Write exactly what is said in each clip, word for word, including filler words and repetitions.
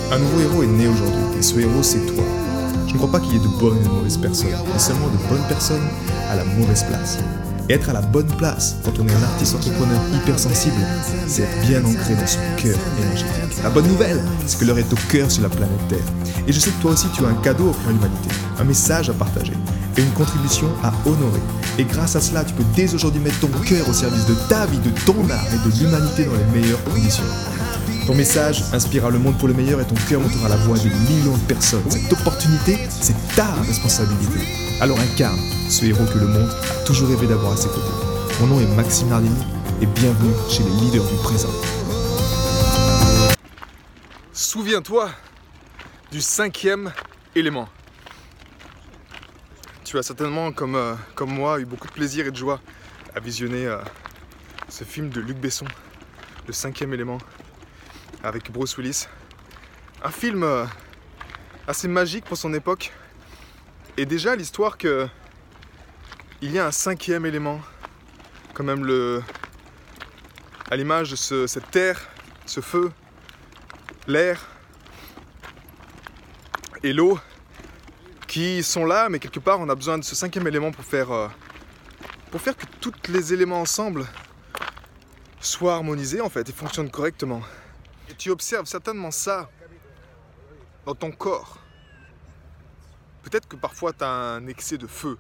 Un nouveau héros est né aujourd'hui, et ce héros c'est toi. Je ne crois pas qu'il y ait de bonnes et de mauvaises personnes, mais seulement de bonnes personnes à la mauvaise place. Et être à la bonne place quand on est un artiste entrepreneur hypersensible, c'est être bien ancré dans son cœur énergétique. La bonne nouvelle, c'est que l'heure est au cœur sur la planète Terre. Et je sais que toi aussi tu as un cadeau à offrir à l'humanité, un message à partager et une contribution à honorer. Et grâce à cela, tu peux dès aujourd'hui mettre ton cœur au service de ta vie, de ton art et de l'humanité dans les meilleures conditions. Ton message inspirera le monde pour le meilleur et ton cœur montera la voix de millions de personnes. Cette opportunité, c'est ta responsabilité. Alors incarne ce héros que le monde a toujours rêvé d'avoir à ses côtés. Mon nom est Maxime Nardini et bienvenue chez les leaders du présent. Souviens-toi du cinquième élément. Tu as certainement, comme, euh, comme moi, eu beaucoup de plaisir et de joie à visionner euh, ce film de Luc Besson, Le cinquième élément, avec Bruce Willis. Un film euh, assez magique pour son époque. Et déjà l'histoire que il y a un cinquième élément, quand même le, à l'image de ce, cette terre, ce feu, l'air et l'eau, qui sont là, mais quelque part on a besoin de ce cinquième élément pour faire, euh, pour faire que tous les éléments ensemble soient harmonisés en fait et fonctionnent correctement. Et tu observes certainement ça dans ton corps. Peut-être que parfois tu as un excès de feu.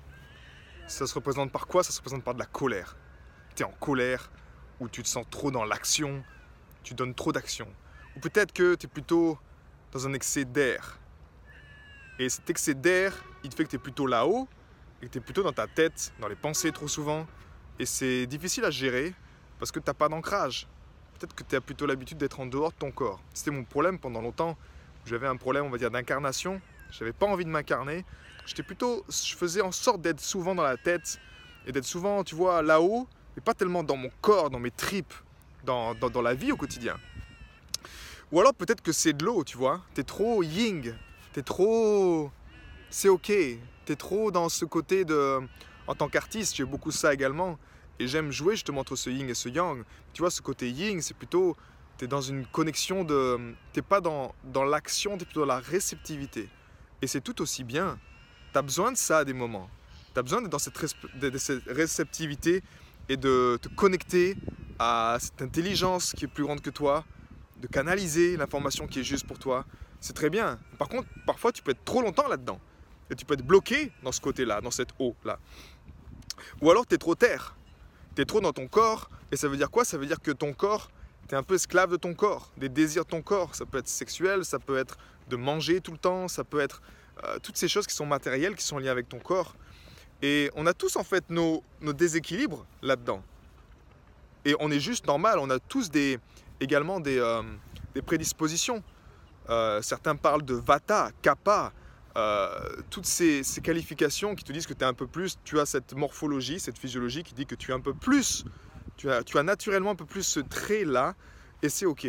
Ça se représente par quoi? Ça se représente par de la colère. Tu es en colère, ou tu te sens trop dans l'action, tu donnes trop d'action. Ou peut-être que tu es plutôt dans un excès d'air. Et cet excès d'air, il te fait que tu es plutôt là-haut, et que tu es plutôt dans ta tête, dans les pensées trop souvent. Et c'est difficile à gérer, parce que tu n'as pas d'ancrage. Peut-être que tu as plutôt l'habitude d'être en dehors de ton corps. C'était mon problème pendant longtemps. J'avais un problème, on va dire, d'incarnation. J'avais pas envie de m'incarner. J'étais plutôt, je faisais en sorte d'être souvent dans la tête et d'être souvent, tu vois, là-haut, mais pas tellement dans mon corps, dans mes tripes, dans, dans, dans la vie au quotidien. Ou alors peut-être que c'est de l'eau, tu vois. T'es trop yin, t'es trop... C'est ok. T'es trop dans ce côté de... En tant qu'artiste, j'ai beaucoup ça également. Et j'aime jouer justement entre ce yin et ce yang. Tu vois, ce côté yin, c'est plutôt... T'es dans une connexion de... T'es pas dans, dans l'action, t'es plutôt dans la réceptivité. Et c'est tout aussi bien. Tu as besoin de ça à des moments. Tu as besoin d'être dans cette, de, de cette réceptivité et de te connecter à cette intelligence qui est plus grande que toi, de canaliser l'information qui est juste pour toi. C'est très bien. Par contre, parfois, tu peux être trop longtemps là-dedans. Et tu peux être bloqué dans ce côté-là, dans cette eau-là. Ou alors, tu es trop terre. Tu es trop dans ton corps. Et ça veut dire quoi? Ça veut dire que ton corps, tu es un peu esclave de ton corps, des désirs de ton corps. Ça peut être sexuel, ça peut être de manger tout le temps, ça peut être euh, toutes ces choses qui sont matérielles, qui sont liées avec ton corps. Et on a tous en fait nos, nos déséquilibres là-dedans. Et on est juste normal, on a tous des, également des, euh, des prédispositions. Euh, certains parlent de vata, kapha, euh, toutes ces, ces qualifications qui te disent que tu es un peu plus, tu as cette morphologie, cette physiologie qui dit que tu es un peu plus, tu as, tu as naturellement un peu plus ce trait-là, et c'est ok.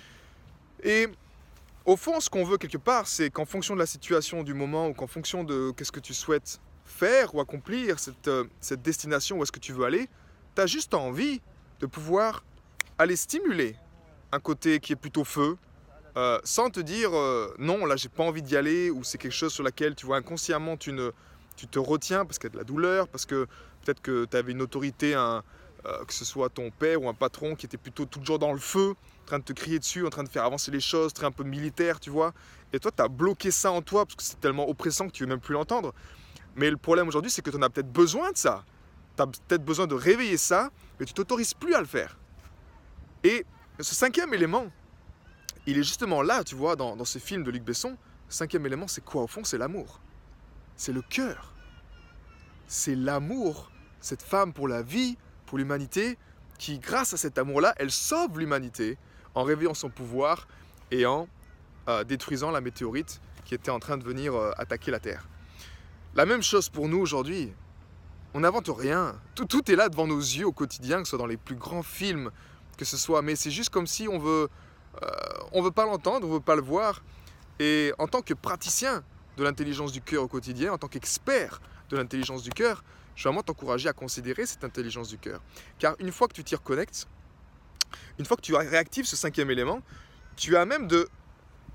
Et au fond, ce qu'on veut quelque part, c'est qu'en fonction de la situation du moment ou qu'en fonction de qu'est-ce que tu souhaites faire ou accomplir, cette, euh, cette destination, où est-ce que tu veux aller, tu as juste envie de pouvoir aller stimuler un côté qui est plutôt feu, euh, sans te dire euh, non, là j'ai pas envie d'y aller, ou c'est quelque chose sur laquelle tu vois inconsciemment tu, ne, tu te retiens parce qu'il y a de la douleur, parce que peut-être que tu avais une autorité, un, euh, que ce soit ton père ou un patron qui était plutôt toujours dans le feu, en train de te crier dessus, en train de faire avancer les choses, très un peu militaire, tu vois. Et toi, tu as bloqué ça en toi parce que c'est tellement oppressant que tu ne veux même plus l'entendre. Mais le problème aujourd'hui, c'est que tu en as peut-être besoin de ça. Tu as peut-être besoin de réveiller ça, mais tu t'autorises plus à le faire. Et ce cinquième élément, il est justement là, tu vois, dans, dans ce film de Luc Besson. Le cinquième élément, c'est quoi au fond? C'est l'amour. C'est le cœur. C'est l'amour, cette femme pour la vie, pour l'humanité, qui, grâce à cet amour-là, elle sauve l'humanité en réveillant son pouvoir et en euh, détruisant la météorite qui était en train de venir euh, attaquer la Terre. La même chose pour nous aujourd'hui. On n'invente rien. Tout, tout est là devant nos yeux au quotidien, que ce soit dans les plus grands films, que ce soit. Mais c'est juste comme si on veut, euh, on veut pas l'entendre, on veut pas le voir. Et en tant que praticien de l'intelligence du cœur au quotidien, en tant qu'expert de l'intelligence du cœur, je vais vraiment t'encourager à considérer cette intelligence du cœur. Car une fois que tu t'y reconnectes, une fois que tu réactives ce cinquième élément, tu as même de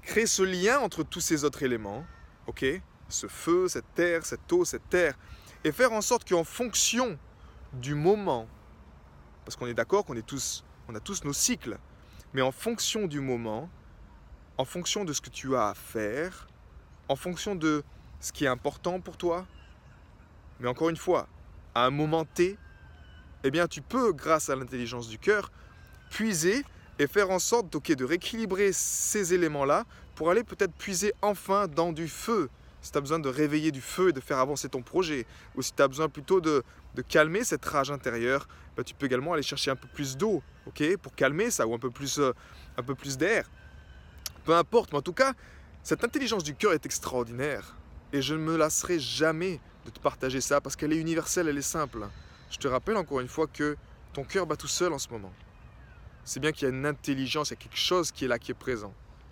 créer ce lien entre tous ces autres éléments, ok, ce feu, cette terre, cette eau, cette terre, et faire en sorte qu'en fonction du moment, parce qu'on est d'accord qu'on est tous, on a tous nos cycles, mais en fonction du moment, en fonction de ce que tu as à faire, en fonction de ce qui est important pour toi, mais encore une fois, à un moment T, eh bien tu peux, grâce à l'intelligence du cœur, puiser et faire en sorte okay, de rééquilibrer ces éléments-là pour aller peut-être puiser enfin dans du feu. Si tu as besoin de réveiller du feu et de faire avancer ton projet, ou si tu as besoin plutôt de, de calmer cette rage intérieure, ben, tu peux également aller chercher un peu plus d'eau, okay, pour calmer ça, ou un peu plus, euh, un peu plus d'air. Peu importe, mais en tout cas, cette intelligence du cœur est extraordinaire. Et je ne me lasserai jamais de te partager ça, parce qu'elle est universelle, elle est simple. Je te rappelle encore une fois que ton cœur bat tout seul en ce moment. C'est bien qu'il y a une intelligence, il y a quelque chose qui est là, qui est présent.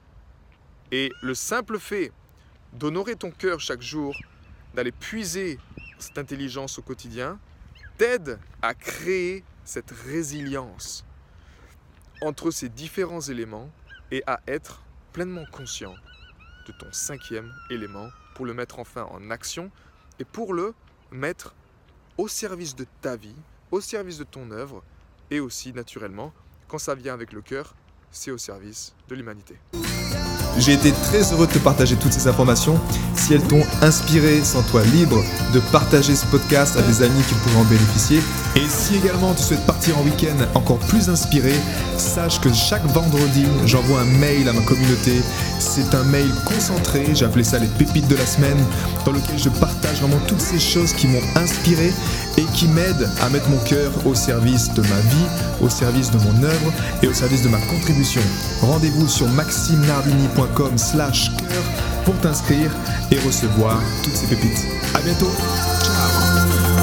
Et le simple fait d'honorer ton cœur chaque jour, d'aller puiser cette intelligence au quotidien, t'aide à créer cette résilience entre ces différents éléments et à être pleinement conscient de ton cinquième élément pour le mettre enfin en action et pour le mettre au service de ta vie, au service de ton œuvre et aussi naturellement, quand ça vient avec le cœur, c'est au service de l'humanité. J'ai été très heureux de te partager toutes ces informations. Si elles t'ont inspiré, sens-toi libre de partager ce podcast à des amis qui pourraient en bénéficier. Et si également tu souhaites partir en week-end encore plus inspiré, sache que chaque vendredi, j'envoie un mail à ma communauté. C'est un mail concentré, j'ai appelé ça les pépites de la semaine, dans lequel je partage vraiment toutes ces choses qui m'ont inspiré et qui m'aident à mettre mon cœur au service de ma vie, au service de mon œuvre et au service de ma contribution. Rendez-vous sur maxime nardini point com slash cœur pour t'inscrire et recevoir toutes ces pépites. À bientôt. Ciao.